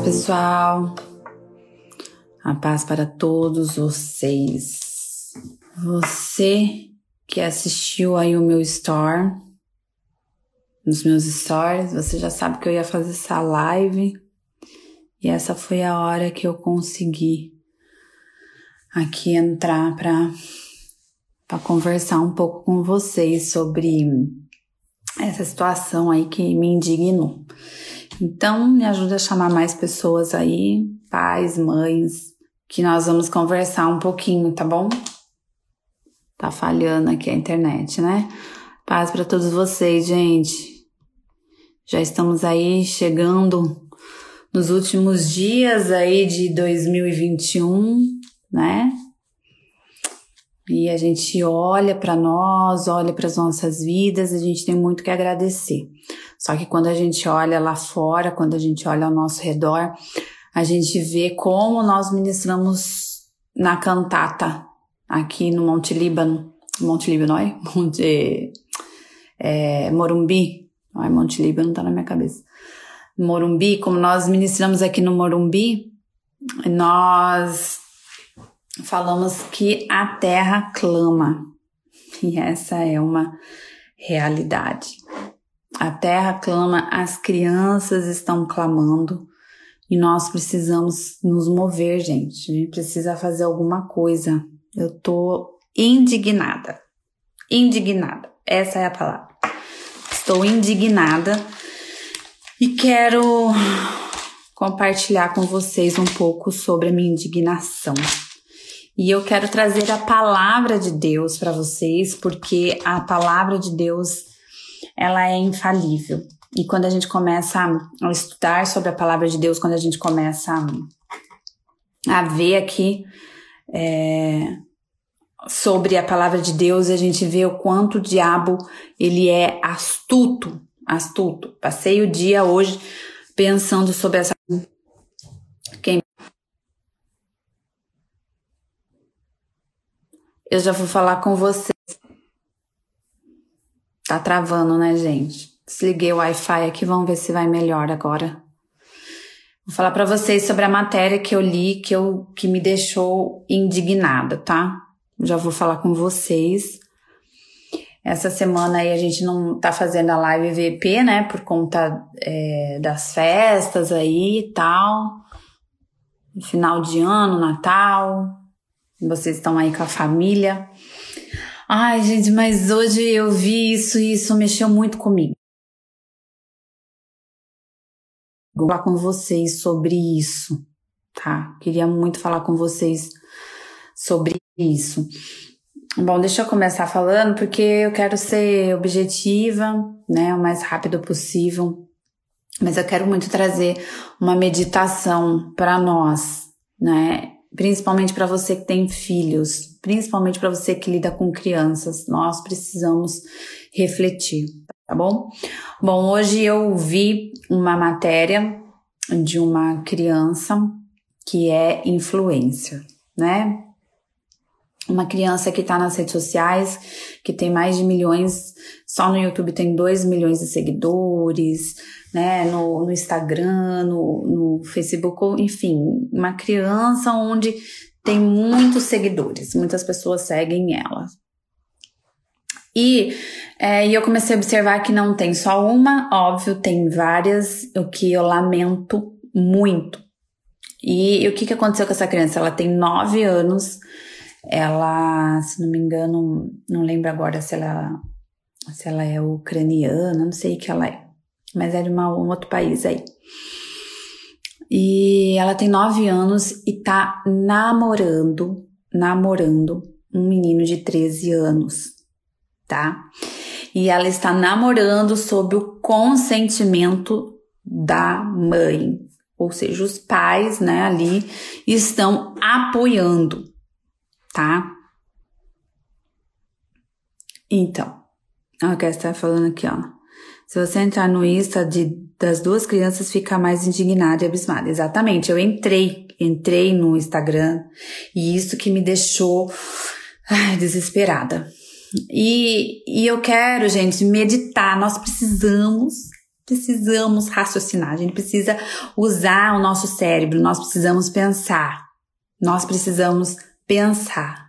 pessoal, a paz para todos vocês. Você que assistiu aí o meu story, nos meus stories, você já sabe que eu ia fazer essa live e essa foi a hora que eu consegui aqui entrar para conversar um pouco com vocês sobre essa situação aí que me indignou. Então, me ajuda a chamar mais pessoas aí, pais, mães, que nós vamos conversar um pouquinho, tá bom? Tá falhando aqui a internet, né? Paz para todos vocês, gente. Já estamos aí chegando nos últimos dias aí de 2021, né? E a gente olha para nós, olha para as nossas vidas, a gente tem muito que agradecer. Só que quando a gente olha lá fora, quando a gente olha ao nosso redor, a gente vê como nós ministramos na cantata aqui no Monte Líbano. Monte Líbano, Morumbi. Ai, Monte Líbano tá na minha cabeça. Morumbi, como nós ministramos aqui no Morumbi, nós falamos que a terra clama. E essa é uma realidade. A terra clama, as crianças estão clamando e nós precisamos nos mover, gente. A gente precisa fazer alguma coisa. Eu tô indignada. Indignada. Essa é a palavra. Estou indignada e quero compartilhar com vocês um pouco sobre a minha indignação. E eu quero trazer a palavra de Deus para vocês, porque a palavra de Deus, ela é infalível. E quando a gente começa a estudar sobre a palavra de Deus, quando a gente começa a ver aqui sobre a palavra de Deus, a gente vê o quanto o diabo, ele é astuto. Passei o dia hoje pensando sobre essa... Eu já vou falar com você. Tá travando, né, gente? Desliguei o Wi-Fi aqui, vamos ver se vai melhor agora. Vou falar pra vocês sobre a matéria que eu li, que me deixou indignada, tá? Já vou falar com vocês. Essa semana aí a gente não tá fazendo a live VP, né? Por conta das festas aí e tal. Final de ano, Natal. Vocês estão aí com a família. Ai, gente, mas hoje eu vi isso e isso mexeu muito comigo. Vou falar com vocês sobre isso, tá? Queria muito falar com vocês sobre isso. Bom, deixa eu começar falando porque eu quero ser objetiva, né? O mais rápido possível. Mas eu quero muito trazer uma meditação para nós, né? Principalmente para você que tem filhos, principalmente para você que lida com crianças, nós precisamos refletir, tá bom? Bom, hoje eu vi uma matéria de uma criança que é influencer, né? Uma criança que tá nas redes sociais, que tem mais de milhões, só no YouTube tem 2 milhões de seguidores, né, no Instagram, no Facebook, enfim, uma criança onde tem muitos seguidores, muitas pessoas seguem ela. E eu comecei a observar que não tem só uma, óbvio, tem várias, o que eu lamento muito. E o que aconteceu com essa criança? Ela tem 9 anos, ela, se não me engano, não lembro agora se ela é ucraniana, não sei o que ela é, mas é de um outro país aí. E ela tem 9 anos e tá namorando um menino de 13 anos, tá? E ela está namorando sob o consentimento da mãe, ou seja, os pais, né, ali estão apoiando, tá? Então, o que está falando aqui, ó. Se você entrar no Insta das duas crianças, fica mais indignada e abismada. Exatamente, eu entrei no Instagram e isso que me deixou desesperada. E eu quero, gente, meditar. Nós precisamos precisamos raciocinar, a gente precisa usar o nosso cérebro, nós precisamos pensar. Nós precisamos pensar.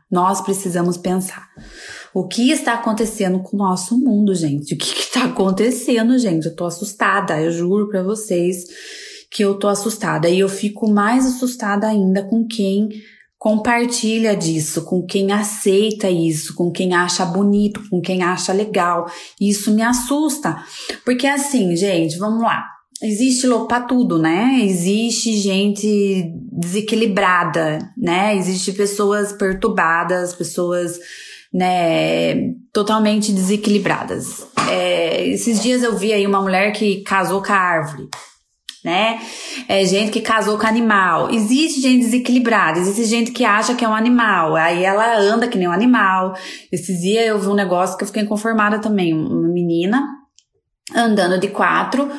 O que está acontecendo com o nosso mundo, gente? O que está acontecendo, gente? Eu tô assustada, eu juro pra vocês que eu tô assustada. E eu fico mais assustada ainda com quem compartilha disso, com quem aceita isso, com quem acha bonito, com quem acha legal. Isso me assusta. Porque assim, gente, vamos lá. Existe louco pra tudo, né? Existe gente desequilibrada, né? Existe pessoas perturbadas, pessoas, né, totalmente desequilibradas. Esses dias eu vi aí uma mulher que casou com a árvore, né? Gente que casou com animal. Existe gente desequilibrada, existe gente que acha que é um animal, aí ela anda que nem um animal. Esses dias eu vi um negócio que eu fiquei inconformada também, uma menina andando de 4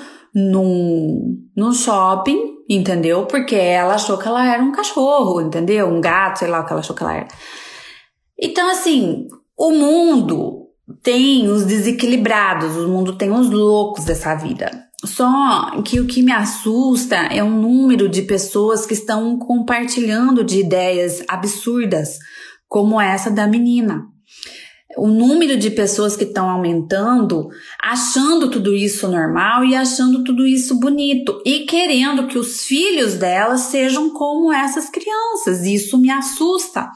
num shopping, entendeu? Porque ela achou que ela era um cachorro, entendeu? Um gato, sei lá o que ela achou que ela era. Então, assim, o mundo tem os desequilibrados, o mundo tem os loucos dessa vida. Só que o que me assusta é o número de pessoas que estão compartilhando de ideias absurdas, como essa da menina. O número de pessoas que estão aumentando, achando tudo isso normal e achando tudo isso bonito e querendo que os filhos delas sejam como essas crianças. Isso me assusta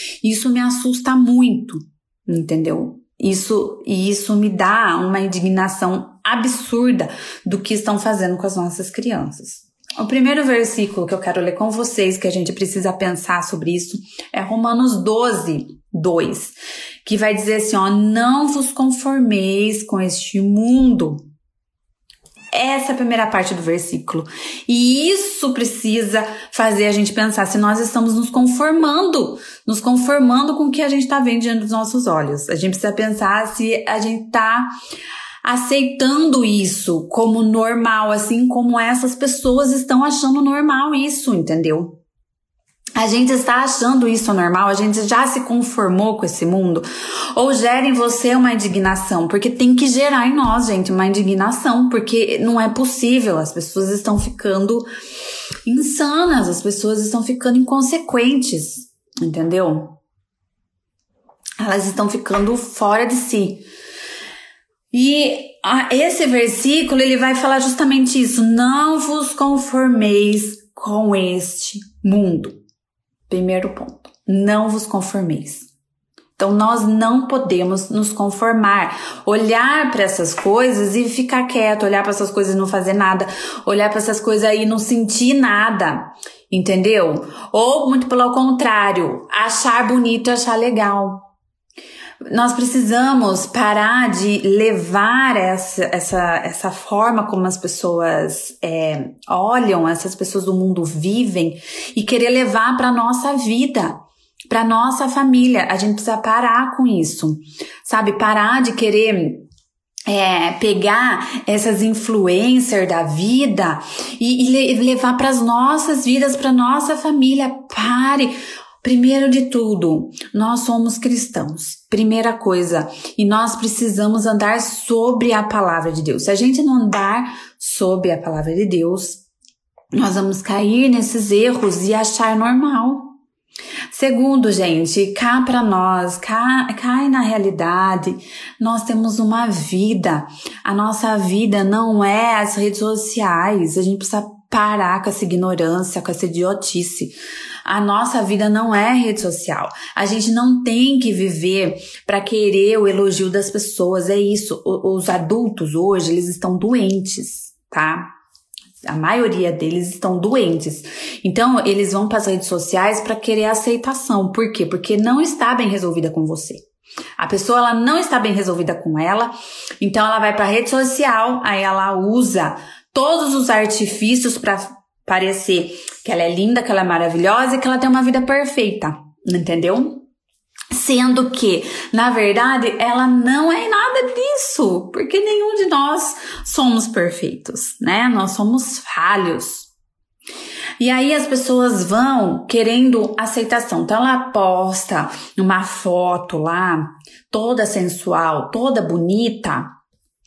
muito, entendeu? Isso me dá uma indignação absurda do que estão fazendo com as nossas crianças. O primeiro versículo que eu quero ler com vocês, que a gente precisa pensar sobre isso, é Romanos 12, 2, que vai dizer assim, ó, não vos conformeis com este mundo. Essa é a primeira parte do versículo. E isso precisa fazer a gente pensar se nós estamos nos conformando com o que a gente está vendo diante dos nossos olhos. A gente precisa pensar se a gente está aceitando isso como normal, assim como essas pessoas estão achando normal isso, entendeu? A gente está achando isso normal, a gente já se conformou com esse mundo, ou gera em você uma indignação, porque tem que gerar em nós, gente, uma indignação, porque não é possível, as pessoas estão ficando insanas, as pessoas estão ficando inconsequentes, entendeu? Elas estão ficando fora de si. E esse versículo, ele vai falar justamente isso, não vos conformeis com este mundo. Primeiro ponto, não vos conformeis. Então, nós não podemos nos conformar, olhar para essas coisas e ficar quieto, olhar para essas coisas e não fazer nada, olhar para essas coisas aí e não sentir nada, entendeu? Ou, muito pelo contrário, achar bonito, achar legal. Nós precisamos parar de levar essa forma como as pessoas olham, essas pessoas do mundo vivem e querer levar para nossa vida, para nossa família. A gente precisa parar com isso, sabe? Parar de querer pegar essas influencers da vida e levar para as nossas vidas, para nossa família. Pare! Primeiro de tudo, nós somos cristãos, primeira coisa, e nós precisamos andar sobre a palavra de Deus. Se a gente não andar sobre a palavra de Deus, nós vamos cair nesses erros e achar normal. Segundo, gente, cá para nós, cai na realidade, nós temos uma vida. A nossa vida não é as redes sociais, a gente precisa parar com essa ignorância, com essa idiotice. A nossa vida não é rede social. A gente não tem que viver para querer o elogio das pessoas. É isso. Os adultos hoje, eles estão doentes, tá? A maioria deles estão doentes. Então, eles vão para as redes sociais para querer aceitação. Por quê? Porque não está bem resolvida com você. A pessoa, ela não está bem resolvida com ela. Então, ela vai para a rede social, aí ela usa todos os artifícios para parecer que ela é linda, que ela é maravilhosa e que ela tem uma vida perfeita, entendeu? Sendo que, na verdade, ela não é nada disso, porque nenhum de nós somos perfeitos, né? Nós somos falhos. E aí as pessoas vão querendo aceitação. Então ela posta uma foto lá, toda sensual, toda bonita,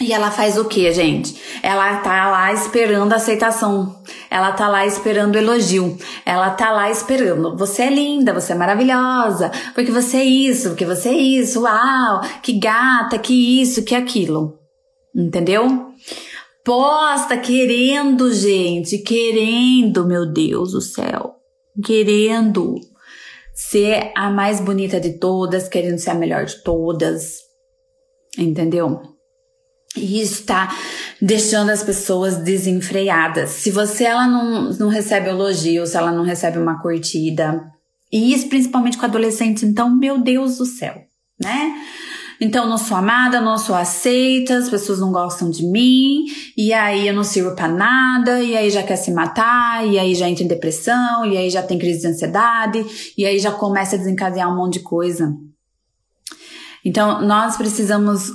E ela faz o quê, gente? Ela tá lá esperando a aceitação. Ela tá lá esperando o elogio. Ela tá lá esperando. Você é linda, você é maravilhosa. Porque você é isso, porque você é isso. Uau, que gata, que isso, que aquilo. Entendeu? Posta querendo, gente. Querendo, meu Deus do céu. Querendo ser a mais bonita de todas. Querendo ser a melhor de todas. Entendeu? E isso tá deixando as pessoas desenfreadas. Se ela não recebe elogio, se ela não recebe uma curtida, e isso principalmente com adolescentes, então, meu Deus do céu, né? Então, não sou amada, não sou aceita, as pessoas não gostam de mim, e aí eu não sirvo pra nada, e aí já quer se matar, e aí já entra em depressão, e aí já tem crise de ansiedade, e aí já começa a desencadear um monte de coisa. Então, nós precisamos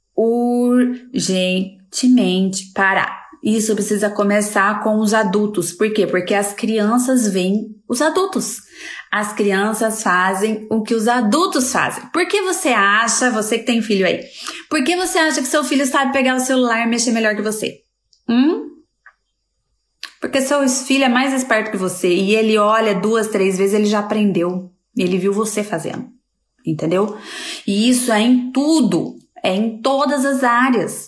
urgentemente parar. Isso precisa começar com os adultos. Por quê? Porque as crianças veem os adultos. As crianças fazem o que os adultos fazem. Por que você acha, você que tem filho aí, por que você acha que seu filho sabe pegar o celular e mexer melhor que você? Porque seu filho é mais esperto que você e ele olha 2, 3 vezes, ele já aprendeu. Ele viu você fazendo. Entendeu? E isso é em tudo. É em todas as áreas.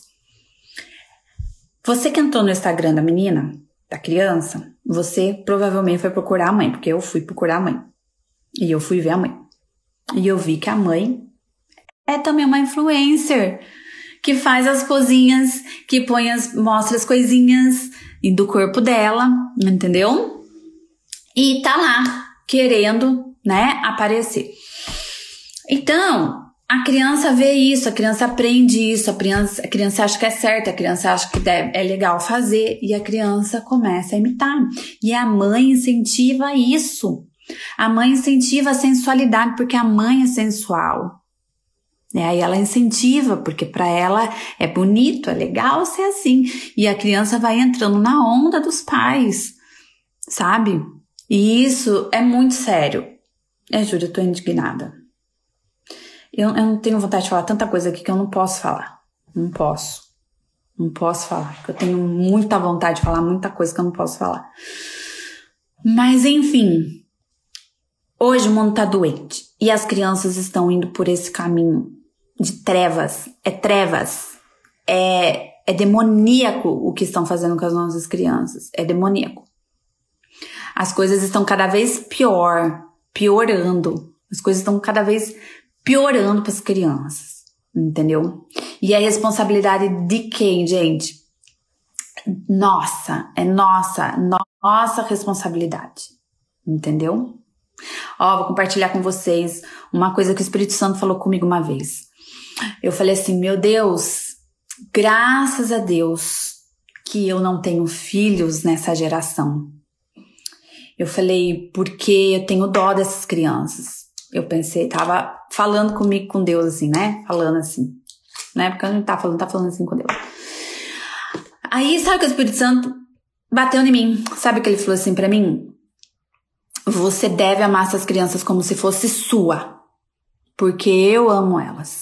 Você que entrou no Instagram da menina, da criança, você provavelmente foi procurar a mãe, porque eu fui procurar a mãe. E eu fui ver a mãe. E eu vi que a mãe é também uma influencer, que faz as posinhas, que mostra as coisinhas do corpo dela, entendeu? E tá lá, querendo, né, aparecer. Então, a criança vê isso, a criança aprende isso, a criança acha que é certo, a criança acha que é legal fazer e a criança começa a imitar. E a mãe incentiva isso. A mãe incentiva a sensualidade porque a mãe é sensual. E aí ela incentiva porque para ela é bonito, é legal ser assim. E a criança vai entrando na onda dos pais, sabe? E isso é muito sério. Júlia, eu tô indignada. Eu não tenho vontade de falar tanta coisa aqui que eu não posso falar. Não posso falar. Porque eu tenho muita vontade de falar muita coisa que eu não posso falar. Mas, enfim. Hoje o mundo tá doente. E as crianças estão indo por esse caminho de trevas. É trevas. É demoníaco o que estão fazendo com as nossas crianças. É demoníaco. As coisas estão cada vez piorando. As coisas estão cada vez piorando para as crianças, entendeu? E a responsabilidade de quem, gente? Nossa responsabilidade, entendeu? Vou compartilhar com vocês uma coisa que o Espírito Santo falou comigo uma vez. Eu falei assim, meu Deus, graças a Deus que eu não tenho filhos nessa geração. Eu falei, porque eu tenho dó dessas crianças. Eu pensei, tava falando comigo, com Deus, assim, né? Falando assim, né? Porque eu não tá falando assim com Deus. Aí, sabe que o Espírito Santo bateu em mim? Sabe o que ele falou assim pra mim? Você deve amar essas crianças como se fosse sua. Porque eu amo elas.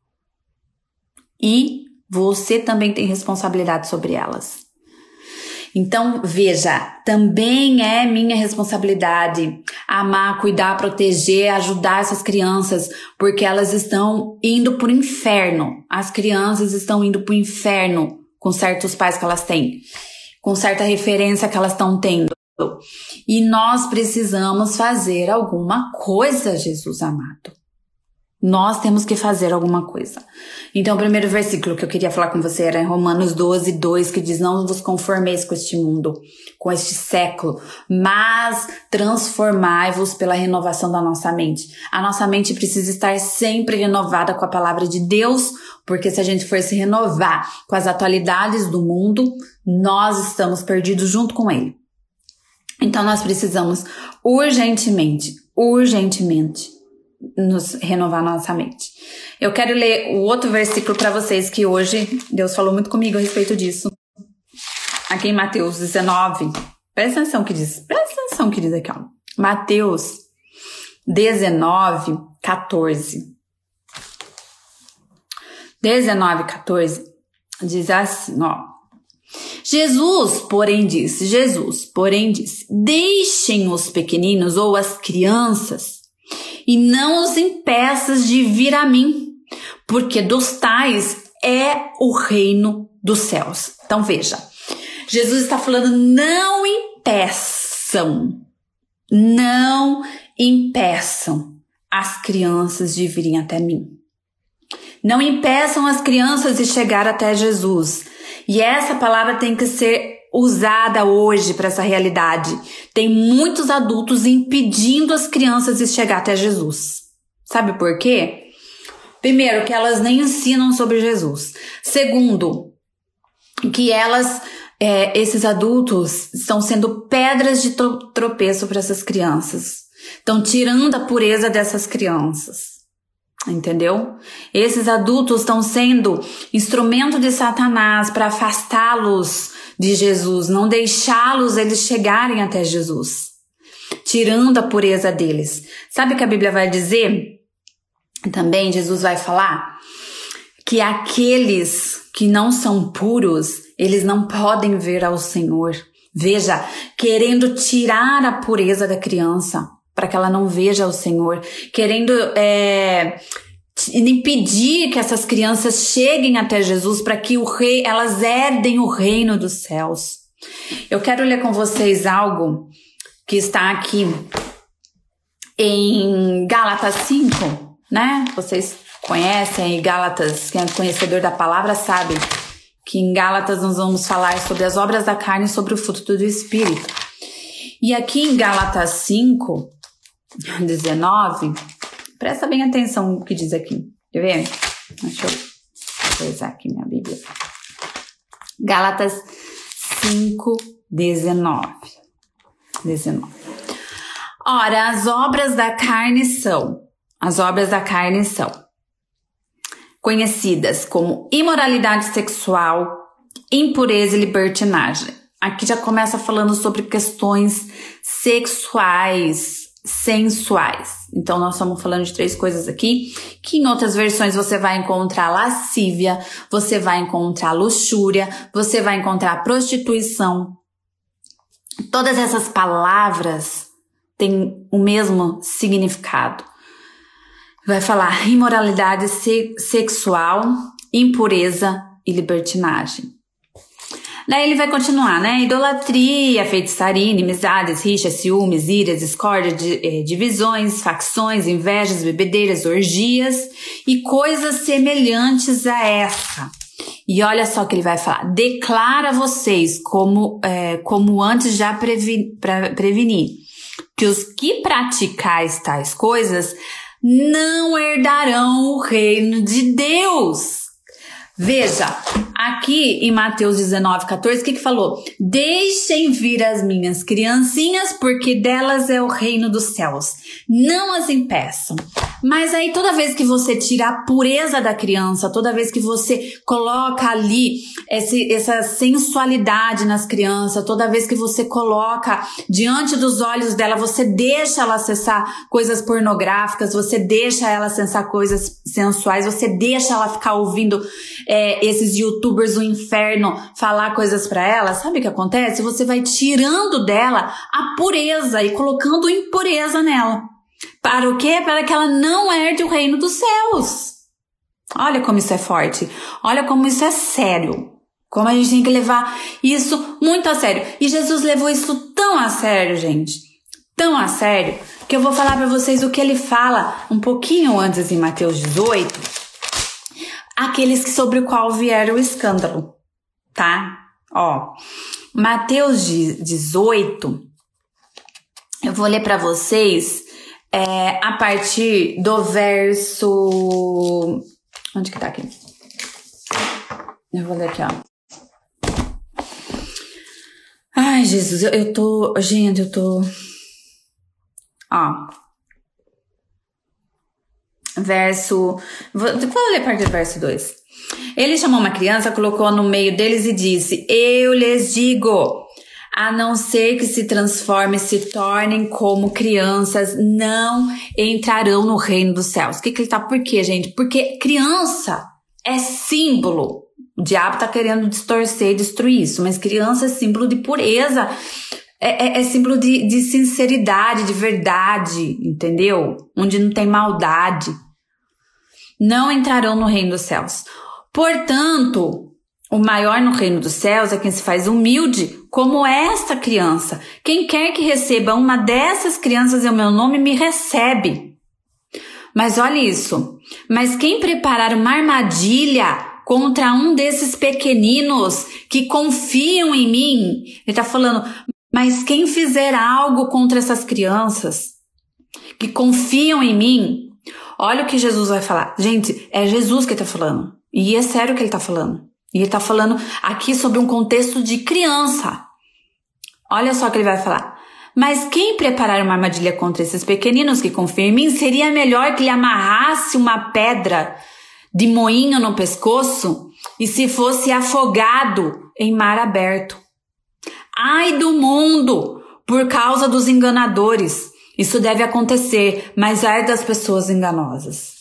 E você também tem responsabilidade sobre elas. Então, veja, também é minha responsabilidade amar, cuidar, proteger, ajudar essas crianças, porque elas estão indo pro inferno. As crianças estão indo pro inferno com certos pais que elas têm, com certa referência que elas estão tendo. E nós precisamos fazer alguma coisa, Jesus amado. Nós temos que fazer alguma coisa. Então, o primeiro versículo que eu queria falar com você era em Romanos 12:2, que diz, não vos conformeis com este mundo, com este século, mas transformai-vos pela renovação da nossa mente. A nossa mente precisa estar sempre renovada com a palavra de Deus, porque se a gente for se renovar com as atualidades do mundo, nós estamos perdidos junto com ele. Então, nós precisamos urgentemente, nos renovar nossa mente. Eu quero ler o outro versículo para vocês que hoje Deus falou muito comigo a respeito disso. Aqui em Mateus 19. Presta atenção que diz aqui, ó. Mateus 19:14. 19:14 Diz assim, ó. Jesus, porém, disse, deixem os pequeninos ou as crianças e não os impeças de vir a mim, porque dos tais é o reino dos céus. Então veja, Jesus está falando, não impeçam as crianças de virem até mim. Não impeçam as crianças de chegar até Jesus. E essa palavra tem que ser usada hoje para essa realidade. Tem muitos adultos impedindo as crianças de chegar até Jesus. Sabe por quê? Primeiro, que elas nem ensinam sobre Jesus. Segundo, que esses adultos estão sendo pedras de tropeço para essas crianças. Estão tirando a pureza dessas crianças. Entendeu? Esses adultos estão sendo instrumento de Satanás para afastá-los de Jesus, não deixá-los eles chegarem até Jesus, tirando a pureza deles. Sabe o que a Bíblia vai dizer? Também Jesus vai falar que aqueles que não são puros, eles não podem ver ao Senhor. Veja, querendo tirar a pureza da criança, para que ela não veja o Senhor, querendo impedir que essas crianças cheguem até Jesus, para que elas herdem o reino dos céus. Eu quero ler com vocês algo que está aqui em Gálatas 5, né? Vocês conhecem Gálatas, quem é conhecedor da palavra sabe que em Gálatas nós vamos falar sobre as obras da carne e sobre o fruto do Espírito. E aqui em Gálatas 5, 19, presta bem atenção no que diz aqui. Quer ver? Deixa eu coisar aqui minha Bíblia. Gálatas 5, 19. Ora, as obras da carne são conhecidas como imoralidade sexual, impureza e libertinagem. Aqui já começa falando sobre questões sexuais, sensuais. Então nós estamos falando de 3 coisas aqui, que em outras versões você vai encontrar lascívia, você vai encontrar luxúria, você vai encontrar prostituição. Todas essas palavras têm o mesmo significado. Vai falar imoralidade sexual, impureza e libertinagem. Daí ele vai continuar, né? Idolatria, feitiçaria, inimizades, rixas, ciúmes, iras, discórdia, divisões, facções, invejas, bebedeiras, orgias e coisas semelhantes a essa. E olha só o que ele vai falar. Declara a vocês, como antes já preveni, que os que praticais tais coisas não herdarão o reino de Deus. Veja, aqui em Mateus 19, 14, o que falou? Deixem vir as minhas criancinhas, porque delas é o reino dos céus. Não as impeçam. Mas aí toda vez que você tira a pureza da criança, toda vez que você coloca ali essa sensualidade nas crianças, toda vez que você coloca diante dos olhos dela, você deixa ela acessar coisas pornográficas, você deixa ela acessar coisas sensuais, você deixa ela ficar ouvindo esses youtubers do inferno falar coisas pra ela, sabe o que acontece? Você vai tirando dela a pureza e colocando impureza nela. Para o quê? Para que ela não herde o reino dos céus. Olha como isso é forte. Olha como isso é sério. Como a gente tem que levar isso muito a sério. E Jesus levou isso tão a sério, gente. Tão a sério, que eu vou falar para vocês o que ele fala um pouquinho antes em Mateus 18. Aqueles sobre o qual vier o escândalo, tá? Ó, Mateus 18, eu vou ler para vocês a partir do verso... Onde que tá aqui? Eu vou ler aqui, ó. Ai, Jesus, eu tô... Gente, eu tô... Ó... Vou ler a partir do verso 2. Ele chamou uma criança, colocou no meio deles e disse: eu lhes digo, a não ser que se transformem, se tornem como crianças, não entrarão no reino dos céus. Por quê, gente? Porque criança é símbolo O diabo tá querendo distorcer e destruir isso, mas criança é símbolo de pureza, é símbolo de sinceridade, de verdade, entendeu? Onde não tem maldade. Não entrarão no reino dos céus. Portanto, o maior no reino dos céus é quem se faz humilde, como esta criança. Quem quer que receba uma dessas crianças em meu nome, me recebe. Mas olha isso. Mas quem preparar uma armadilha contra um desses pequeninos que confiam em mim, ele tá falando, mas quem fizer algo contra essas crianças que confiam em mim, olha o que Jesus vai falar. Gente, é Jesus que tá falando. E é sério o que ele tá falando. E ele tá falando aqui sobre um contexto de criança. Olha só o que ele vai falar. Mas quem preparar uma armadilha contra esses pequeninos que confiam em mim, seria melhor que lhe amarrasse uma pedra de moinho no pescoço e se fosse afogado em mar aberto. Ai do mundo, por causa dos enganadores. Isso deve acontecer, mas ai das pessoas enganosas.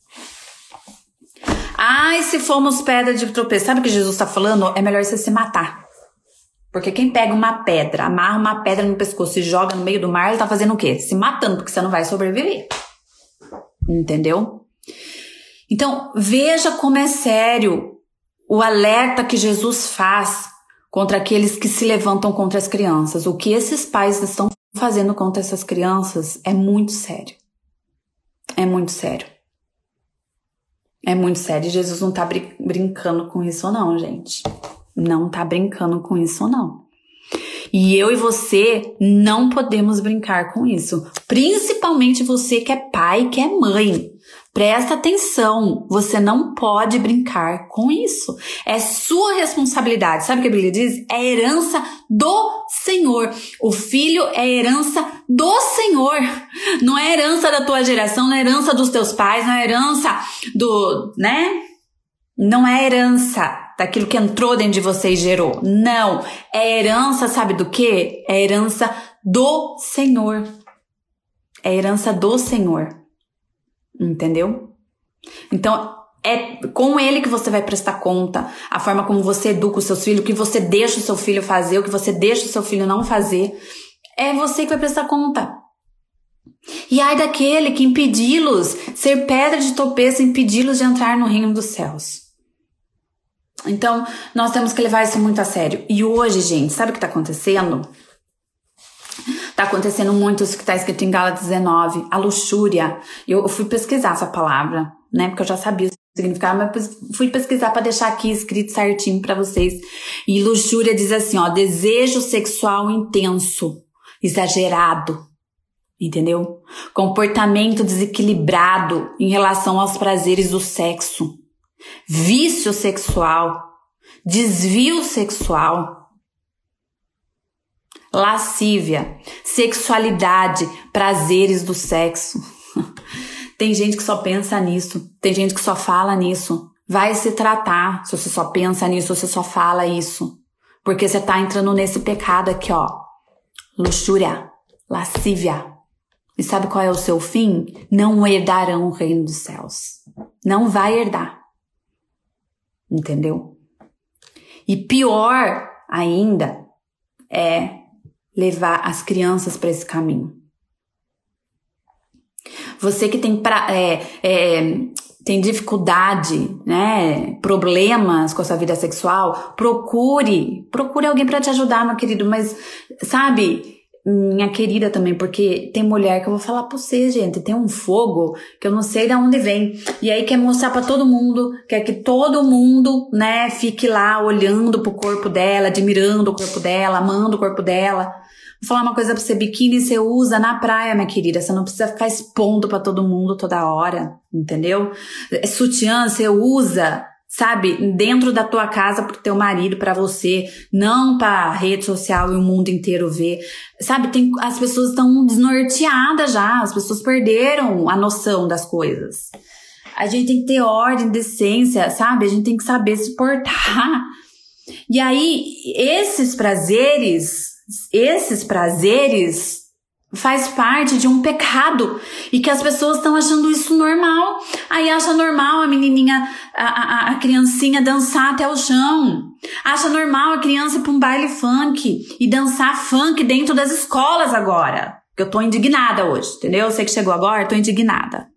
Ai, se formos pedra de tropeço. Sabe o que Jesus está falando? É melhor você se matar. Porque quem pega uma pedra, amarra uma pedra no pescoço e joga no meio do mar, ele tá fazendo o quê? Se matando, porque você não vai sobreviver. Entendeu? Então, veja como é sério o alerta que Jesus faz contra aqueles que se levantam contra as crianças. O que esses pais estão fazendo contra essas crianças é muito sério. É muito sério. É muito sério. Jesus não tá brincando com isso não, gente. Não tá brincando com isso não. E eu e você não podemos brincar com isso. Principalmente você que é pai, que é mãe. Presta atenção. Você não pode brincar com isso. É sua responsabilidade. Sabe o que a Bíblia diz? É herança do Senhor. O filho é herança do Senhor. Não é herança da tua geração, não é herança dos teus pais, não é herança não é herança daquilo que entrou dentro de você e gerou. Não. É herança, sabe do quê? É herança do Senhor. É herança do Senhor. Entendeu? Então, é com ele que você vai prestar conta. A forma como você educa os seus filhos, o que você deixa o seu filho fazer, o que você deixa o seu filho não fazer. É você que vai prestar conta. E ai daquele que impedi-los, ser pedra de tropeço, impedi-los de entrar no reino dos céus. Então, nós temos que levar isso muito a sério. E hoje, gente, sabe o que está acontecendo? Está acontecendo muito isso que está escrito em Gálatas 19, a luxúria. Eu fui pesquisar essa palavra, né? Porque eu já sabia o significado, mas fui pesquisar para deixar aqui escrito certinho para vocês. E luxúria diz assim, ó, desejo sexual intenso, exagerado. Entendeu? Comportamento desequilibrado em relação aos prazeres do sexo. Vício sexual. Desvio sexual. Lascívia. Sexualidade. Prazeres do sexo. Tem gente que só pensa nisso. Tem gente que só fala nisso. Vai se tratar se você só pensa nisso, se você só fala isso. Porque você tá entrando nesse pecado aqui, ó. Luxúria. Lascívia. E sabe qual é o seu fim? Não herdarão o reino dos céus. Não vai herdar. Entendeu? E pior ainda é levar as crianças para esse caminho. Você que tem dificuldade, né, problemas com a sua vida sexual, procure alguém para te ajudar, meu querido. Mas, sabe... Minha querida também, porque tem mulher que eu vou falar pra você, gente, tem um fogo que eu não sei de onde vem. E aí quer mostrar pra todo mundo, quer que todo mundo, né, fique lá olhando pro corpo dela, admirando o corpo dela, amando o corpo dela. Vou falar uma coisa pra você, biquíni você usa na praia, minha querida, você não precisa ficar expondo pra todo mundo toda hora, entendeu? Sutiã você usa... Sabe, dentro da tua casa pro teu marido, pra você, não pra rede social e o mundo inteiro ver. Sabe, as pessoas estão desnorteadas já, as pessoas perderam a noção das coisas. A gente tem que ter ordem, decência, sabe? A gente tem que saber se portar. E aí, esses prazeres faz parte de um pecado e que as pessoas estão achando isso normal. Aí acha normal a menininha, a criancinha dançar até o chão. Acha normal a criança ir pra um baile funk e dançar funk dentro das escolas agora. Eu tô indignada hoje, entendeu? Eu sei que chegou agora, tô indignada.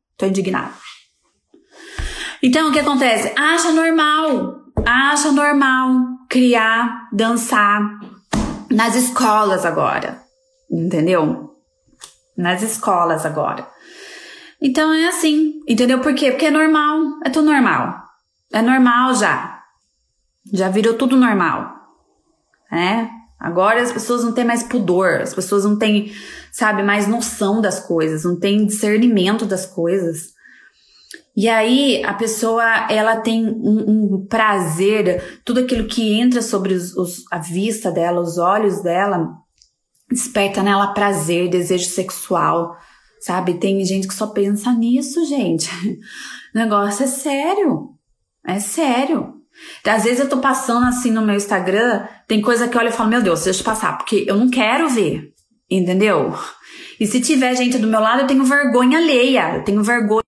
Então, o que acontece? Acha normal criar, dançar nas escolas agora, entendeu? Nas escolas agora. Então, é assim, entendeu? Por quê? Porque é normal, é tudo normal. É normal já. Já virou tudo normal, né? Agora as pessoas não têm mais pudor, as pessoas não têm, sabe, mais noção das coisas, não têm discernimento das coisas. E aí a pessoa, ela tem um prazer, tudo aquilo que entra sobre a vista dela, os olhos dela, desperta nela prazer, desejo sexual, sabe? Tem gente que só pensa nisso, gente. O negócio é sério. É sério. Às vezes eu tô passando assim no meu Instagram, tem coisa que eu olho e falo, meu Deus, deixa eu passar, porque eu não quero ver, entendeu? E se tiver gente do meu lado, eu tenho vergonha alheia, eu tenho vergonha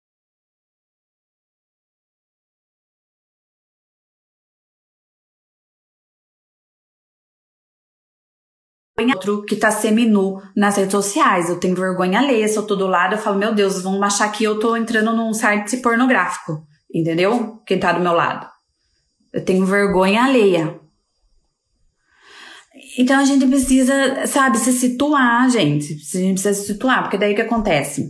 outro que tá seminu nas redes sociais, eu tenho vergonha alheia, se eu tô do lado, eu falo, meu Deus, vão achar que eu tô entrando num site pornográfico, entendeu? Quem tá do meu lado. Eu tenho vergonha alheia. Então a gente precisa, sabe, se situar, gente. A gente precisa se situar, porque daí o que acontece?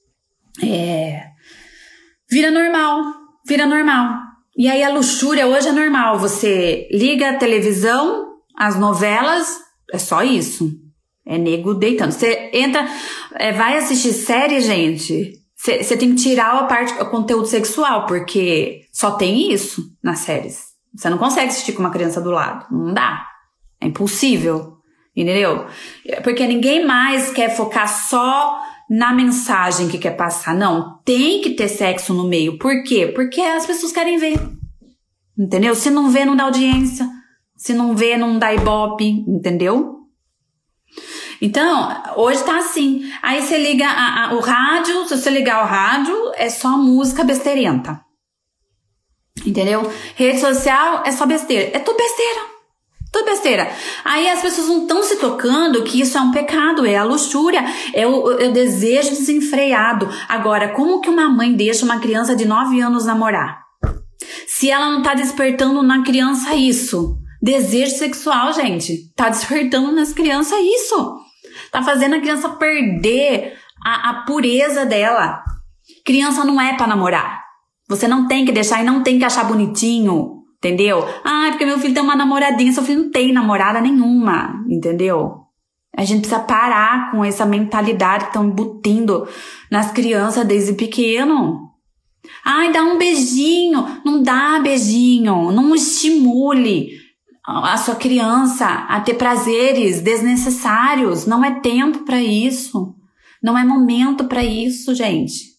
Vira normal. E aí a luxúria hoje é normal. Você liga a televisão, as novelas, é só isso. É nego deitando. Você entra, vai assistir série, gente. Você tem que tirar o conteúdo sexual, porque só tem isso nas séries. Você não consegue assistir com uma criança do lado. Não dá. É impossível. Entendeu? Porque ninguém mais quer focar só na mensagem que quer passar. Não. Tem que ter sexo no meio. Por quê? Porque as pessoas querem ver. Entendeu? Se não vê, não dá audiência. Se não vê, não dá ibope. Entendeu? Então, hoje tá assim. Aí você liga o rádio. Se você ligar o rádio, é só música besteirenta. Entendeu? Rede social é só besteira. É tudo besteira. Aí as pessoas não estão se tocando que isso é um pecado, é a luxúria, é o desejo desenfreado. Agora, como que uma mãe deixa uma criança de 9 anos namorar? Se ela não tá despertando na criança isso. Desejo sexual, gente. Tá despertando nas crianças isso. Tá fazendo a criança perder a pureza dela. Criança não é pra namorar. Você não tem que deixar e não tem que achar bonitinho, entendeu? Ah, porque meu filho tem uma namoradinha, seu filho não tem namorada nenhuma, entendeu? A gente precisa parar com essa mentalidade que estão embutindo nas crianças desde pequeno. Ai, dá um beijinho. Não dá beijinho. Não estimule a sua criança a ter prazeres desnecessários. Não é tempo para isso. Não é momento para isso, gente.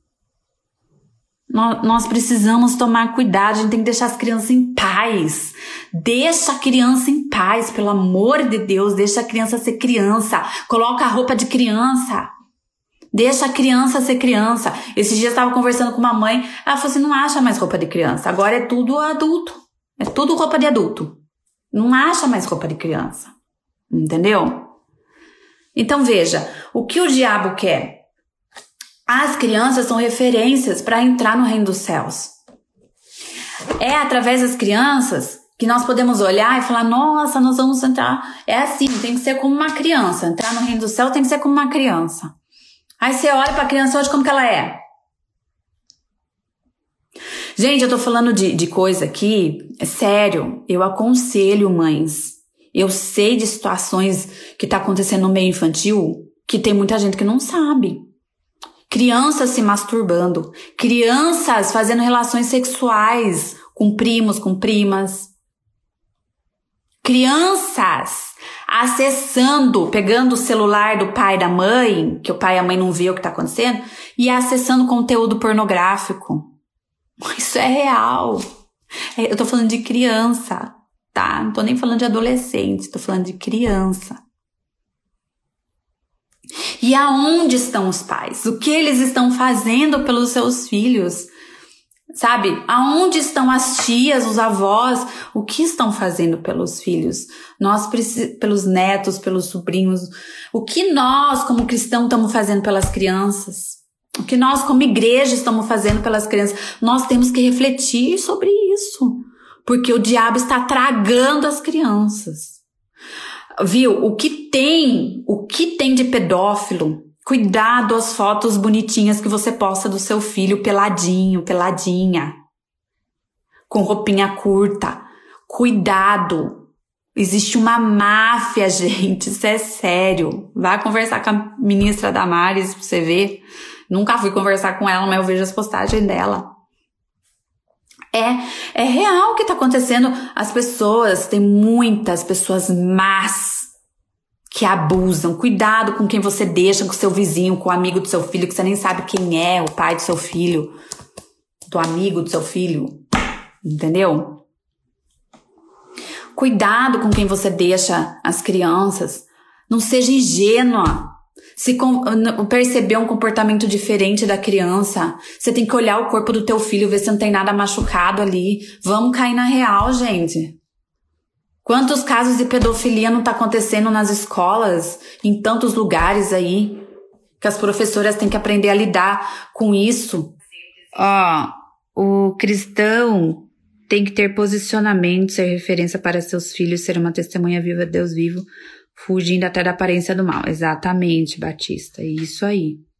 Nós precisamos tomar cuidado, a gente tem que deixar as crianças em paz. Deixa a criança em paz, pelo amor de Deus, deixa a criança ser criança. Coloca a roupa de criança. Deixa a criança ser criança. Esses dias eu estava conversando com uma mãe, ela falou assim, não acha mais roupa de criança, agora é tudo adulto. É tudo roupa de adulto. Não acha mais roupa de criança. Entendeu? Então veja, o que o diabo quer? As crianças são referências para entrar no reino dos céus. É através das crianças que nós podemos olhar e falar, nossa, nós vamos entrar. É assim, tem que ser como uma criança. Entrar no reino dos céus tem que ser como uma criança. Aí você olha para a criança hoje como que ela é. Gente, eu tô falando de coisa aqui, é sério. Eu aconselho mães. Eu sei de situações que tá acontecendo no meio infantil que tem muita gente que não sabe. Crianças se masturbando, crianças fazendo relações sexuais com primos, com primas. Crianças acessando, pegando o celular do pai e da mãe, que o pai e a mãe não vê o que está acontecendo, e acessando conteúdo pornográfico. Isso é real. Eu tô falando de criança, tá? Não tô nem falando de adolescente, tô falando de criança. E aonde estão os pais? O que eles estão fazendo pelos seus filhos? Sabe? Aonde estão as tias, os avós? O que estão fazendo pelos filhos? Pelos netos, pelos sobrinhos. O que nós, como cristãos, estamos fazendo pelas crianças? O que nós, como igreja, estamos fazendo pelas crianças? Nós temos que refletir sobre isso. Porque o diabo está tragando as crianças. Viu? O que tem de pedófilo? Cuidado as fotos bonitinhas que você posta do seu filho peladinho, peladinha, com roupinha curta. Cuidado. Existe uma máfia, gente, isso é sério. Vai conversar com a ministra Damares pra você ver. Nunca fui conversar com ela, mas eu vejo as postagens dela. É real o que tá acontecendo. As pessoas, tem muitas pessoas más que abusam. Cuidado com quem você deixa, com seu vizinho, com o amigo do seu filho, que você nem sabe quem é o pai do seu filho, do amigo do seu filho. Entendeu? Cuidado com quem você deixa as crianças. Não seja ingênua. Se perceber um comportamento diferente da criança, você tem que olhar o corpo do teu filho, ver se não tem nada machucado ali. Vamos cair na real, gente. Quantos casos de pedofilia não tá acontecendo nas escolas, em tantos lugares aí, que as professoras têm que aprender a lidar com isso. O cristão tem que ter posicionamento, ser referência para seus filhos, ser uma testemunha viva de Deus vivo, fugindo até da aparência do mal. Exatamente, Batista, é isso aí.